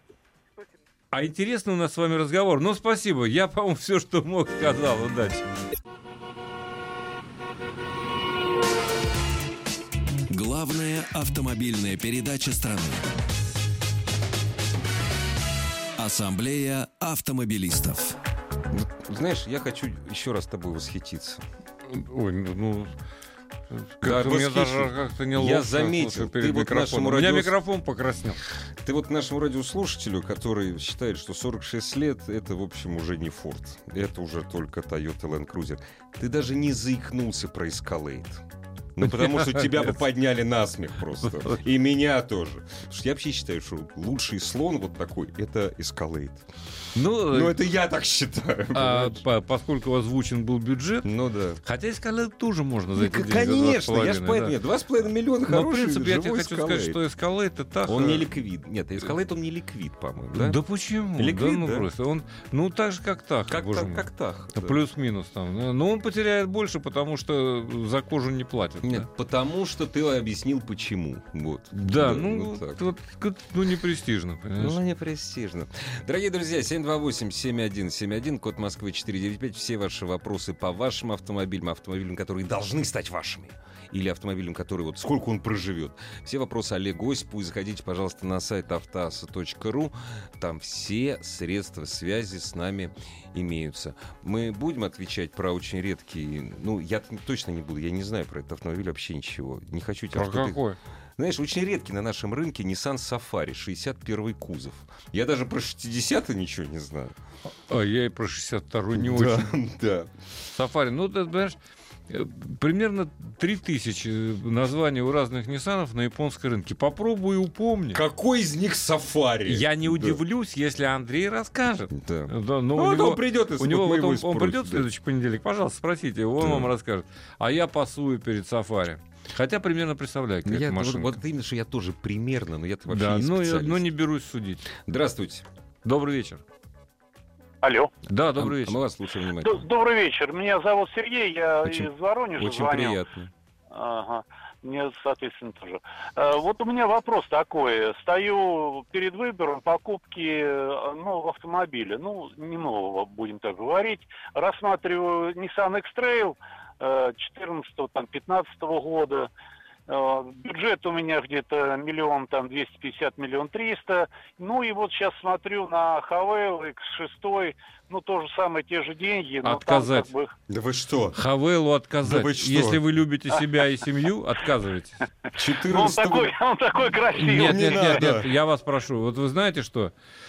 А интересный у нас с вами разговор. Ну, спасибо. Я, по-моему, все, что мог, сказал. Удачи. Главная автомобильная передача страны. Ассамблея автомобилистов. Знаешь, я хочу еще раз тобой восхититься. Ой, ну... Да, мне даже как-то неловко. Я заметил, ты вот нашему радио... У меня микрофон покраснел. Ты вот нашему радиослушателю, который считает, что сорок шесть лет, это, в общем, уже не Ford. Это уже только Toyota Land Cruiser. Ты даже не заикнулся про Escalade. Ну, потому что тебя бы подняли на смех просто. И меня тоже. Потому что я вообще считаю, что лучший слон вот такой — это Escalade. Ну, ну, это я так считаю. А, по, поскольку озвучен был бюджет. Ну да. Хотя Escalade тоже можно за эти деньги. Конечно, я же поэтому. Нет, два с половиной миллиона хороший. Но, в принципе, я тебе хочу Escalade. сказать, что Escalade это Tahoe. Он не ликвид. Нет, Escalade он не ликвид, по-моему, да? Да почему? Ликвид, да, ну да? просто. Он, ну, так же, как Tahoe. Как, боже так, мой. как Tahoe. Да. Плюс-минус там. Да? Но он потеряет больше, потому что за кожу не платят. Нет, да? потому что ты объяснил, почему. Вот. Да, да ну, вот так. Вот, ну, не престижно, понимаешь? Ну, не престижно. Дорогие друзья, семь два восемь семь один семь один, код Москвы четыре девять пять. Все ваши вопросы по вашим автомобилям, автомобилям, которые должны стать вашими, или автомобилем, который вот сколько он проживет. Все вопросы Олегу Осипову. Заходите, пожалуйста, на сайт автоаса точка ру. Там все средства связи с нами имеются. Мы будем отвечать про очень редкие... Ну, я точно не буду. Я не знаю про этот автомобиль вообще ничего. Не хочу тебя... Про какой? Знаешь, очень редкий на нашем рынке Nissan Safari, шестьдесят первый кузов. Я даже про шестидесятый ничего не знаю. А я и про шестьдесят второй не да, очень. Да. Safari, ну, ты знаешь, примерно три тысячи названий у разных Ниссанов на японском рынке. Попробуй упомни. Какой из них Safari? Я не удивлюсь, да. если Андрей расскажет. Да. Да, но ну, у него, он придет, у него вот он, он придет в да. следующий понедельник. Пожалуйста, спросите, он да. вам расскажет. А я пасую перед Safari. Хотя примерно представляю, какая я, машинка. Вот, вот именно, что я тоже примерно, но я-то вообще да, не специалист. Но, я, но не берусь судить. Здравствуйте. Добрый вечер. Алло. Да, добрый вечер. А мы вас слушаем внимательно. Добрый вечер. Меня зовут Сергей, я очень, из Воронежа Очень звоню. приятно. Ага. мне, соответственно, тоже. Э, Вот у меня вопрос такой. Стою перед выбором покупки э, нового автомобиля. Ну, не нового, будем так говорить. Рассматриваю Nissan X-Trail четырнадцатого-пятнадцатого года. Э, Бюджет у меня где-то миллион, там, двести пятьдесят, миллион триста. Ну, и вот сейчас смотрю на Хавейл икс шесть. Ну, то же самое, те же деньги. Но Отказать. Там, как бы... Да вы что? Хавейлу отказать. Да вы что? Если вы любите себя и семью, отказывайтесь. Ну, он четырнадцатого такой, он такой красивый. Нет, не нет, нет, надо. нет, я вас прошу. Вот вы знаете что?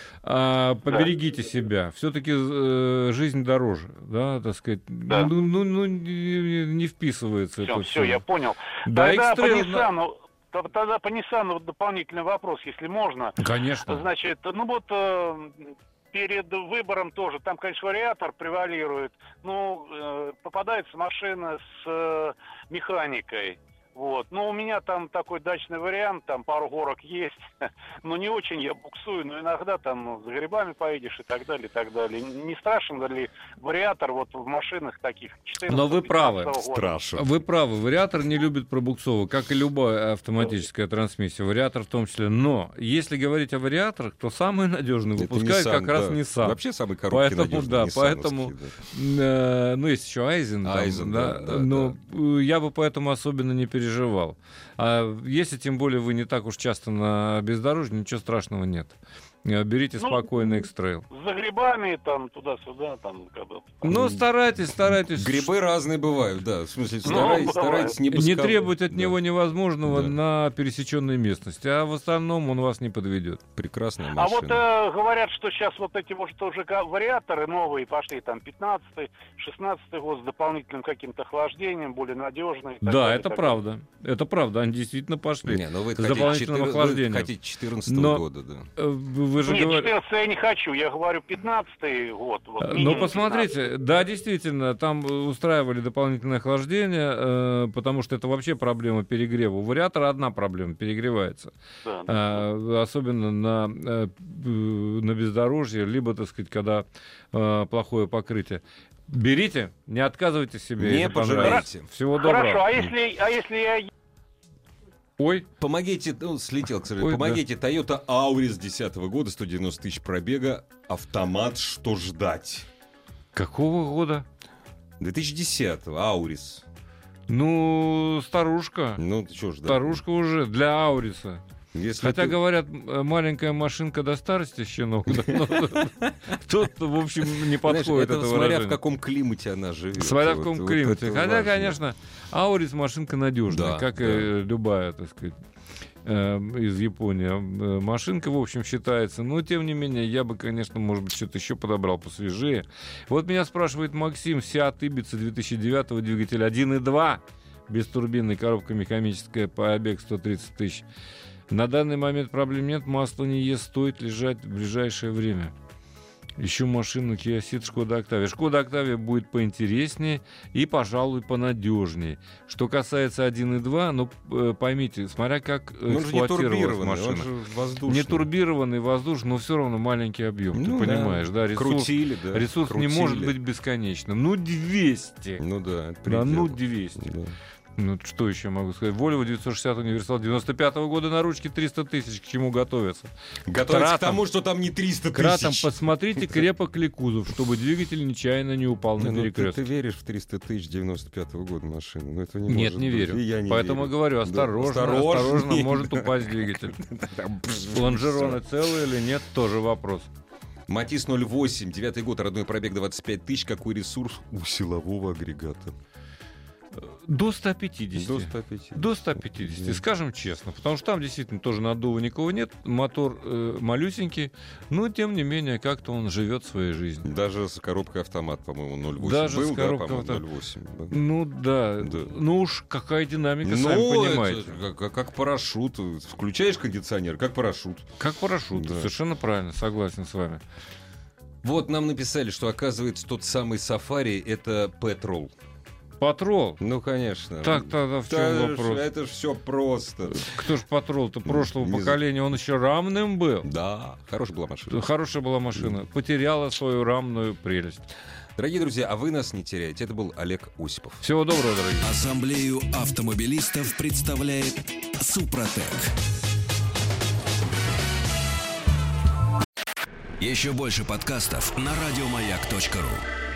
А, поберегите себя. Все-таки э, жизнь дороже, да, так сказать. Да. Ну, ну, ну, не, не вписывается Все, это все, я понял. Да, Тогда по X-Trail, Ниссану, т- тогда по Ниссану вот дополнительный вопрос, если можно. Конечно. Значит, ну вот э, перед выбором тоже, там, конечно, вариатор превалирует. Ну, э, попадается машина с э, механикой. Вот. Ну, у меня там такой дачный вариант, там пару горок есть, но не очень я буксую, но иногда там ну, за грибами поедешь и так далее, и так далее. Не страшен ли вариатор вот в машинах таких Но вы правы. четырнадцатого года? Страшно. Вы правы, вариатор не любит пробуксовывать, как и любая автоматическая трансмиссия, вариатор в том числе. Но если говорить о вариаторах, то самый надежный Это выпускает Nissan, как раз да. Nissan. Вообще самый короткий, Поэтому, надежный да, ниссановский, поэтому, да. э, ну, есть еще Айзен, там, Айзен, да, да, да, но э, я бы поэтому особенно не переживал. А если, тем более, вы не так уж часто на бездорожье, ничего страшного нет. Э, Берите Ну, спокойно X-Trail. За грибами, там, туда-сюда, там, когда... Ну, старайтесь, старайтесь. Грибы разные бывают, да. В смысле, Ну, старайтесь, бывает. старайтесь не Не бысковать. требовать от Да. него невозможного Да. на пересеченной местности, а в остальном он вас не подведет. Прекрасная А машина. вот э, говорят, что сейчас вот эти вот тоже ка- вариаторы новые пошли, там, пятнадцатый, шестнадцатый год с дополнительным каким-то охлаждением, более надежные. и так Да, далее, это так правда. Это правда, они действительно пошли. Не, ну вы с хотите, дополнительным четыре- вы охлаждением. хотите четырнадцатого Но- года, да. Э, Вы вы же далее. Нет, говорите... четырнадцатый я не хочу, я говорю пятнадцатый год. Вот, Ну, минимум посмотрите, пятнадцатый. да, действительно, там э, устраивали дополнительное охлаждение, э, потому что это вообще проблема перегрева. У вариатора одна проблема — перегревается. Да, да. Э, особенно на, э, э, на бездорожье, либо, так сказать, когда э, плохое покрытие. Берите, не отказывайте себе. Не если понравится. пожалеете. Всего доброго. Хорошо, а если, а если я... Ой, Помогите, ну, слетел, к сожалению. Ой, да. Помогите, Toyota Auris десятого года, сто девяносто тысяч пробега, автомат, что ждать? какого года? две тысячи десятого, Auris. Ну, старушка. Ну, что ждать? Старушка уже для Ауриса. Если Хотя, ты- говорят, м, маленькая машинка до старости щенок. да, но Тут, в общем, не Знаешь, подходит это это смотря в выражение. каком климате она живет. Смотря в Вот- каком вот климате. это Хотя, важно. конечно, Аурис машинка надежная, Да, как да. и любая, так сказать, э, из Японии э, машинка, в общем, считается. Но, тем не менее, я бы, конечно, может быть, что-то еще подобрал посвежее. Вот меня спрашивает Максим, Seat Ibiza две тысячи девятого, двигатель один и два, бестурбинная коробка механическая, пробег сто тридцать тысяч. На данный момент проблем нет, масло не ест, стоит лежать в ближайшее время. Еще машину Kia Ceed, Шкода Октавия. Шкода Октавия будет поинтереснее и, пожалуй, понадежнее. Что касается один и два, ну, э, поймите, смотря как Ну, он же не эксплуатировалась турбированный, машина. он же воздушный. Не турбированный, воздушный, но все равно маленький объем, Ну ты да. понимаешь, да? Ресурс, Крутили, да. ресурс не крутили. может быть бесконечным. Ну, двести. Ну да, это Да, ну, предел. двести. Да. Ну, что еще могу сказать? Volvo девятьсот шестьдесят универсал девяносто пятого года на ручке триста тысяч. К чему готовятся? Готовится к Кратом. тому, что там не триста Кратом тысяч. посмотрите крепок ли кузов, чтобы двигатель нечаянно не упал Не, на ну, ты, ты перекрестке. веришь в триста тысяч девяносто пятого года машины? Ну, это не Нет, может не быть. верю. И я не Поэтому верю. говорю, Да, осторожно, осторожнее. осторожно, может упасть двигатель. Лонжероны целые или нет, тоже вопрос. Матис ноль восемь, девятый год, родной пробег двадцать пять тысяч. Какой ресурс у силового агрегата? До ста пятидесяти. До ста пятидесяти. До ста пятидесяти, Да. скажем честно. Потому что там действительно тоже наддува никого нет. Мотор э, малюсенький. Но, тем не менее, как-то он живет своей жизнью. Даже с коробкой автомат, по-моему, ноль восемь Даже был, с коробкой да, по-моему, авто- ноль восемь. Да. Ну да. Да. Ну уж какая динамика, сами Ну, понимаете. это как, как- как парашют. Включаешь кондиционер, как парашют. Как парашют. Да. Совершенно правильно, согласен с вами. Вот нам написали, что, оказывается, тот самый Safari — это Petrol. Патрол. Ну, конечно. Так, тогда в чем Да, вопрос? Это ж все просто. Кто ж патрол-то прошлого Не знаю. поколения? Он еще рамным был. Да, хорошая была машина. Хорошая была машина. Потеряла свою рамную прелесть. Дорогие друзья, а вы нас не теряете. Это был Олег Осипов. Всего доброго, дорогие. Ассамблею автомобилистов представляет Супротек. Еще больше подкастов на радиомаяк точка ру.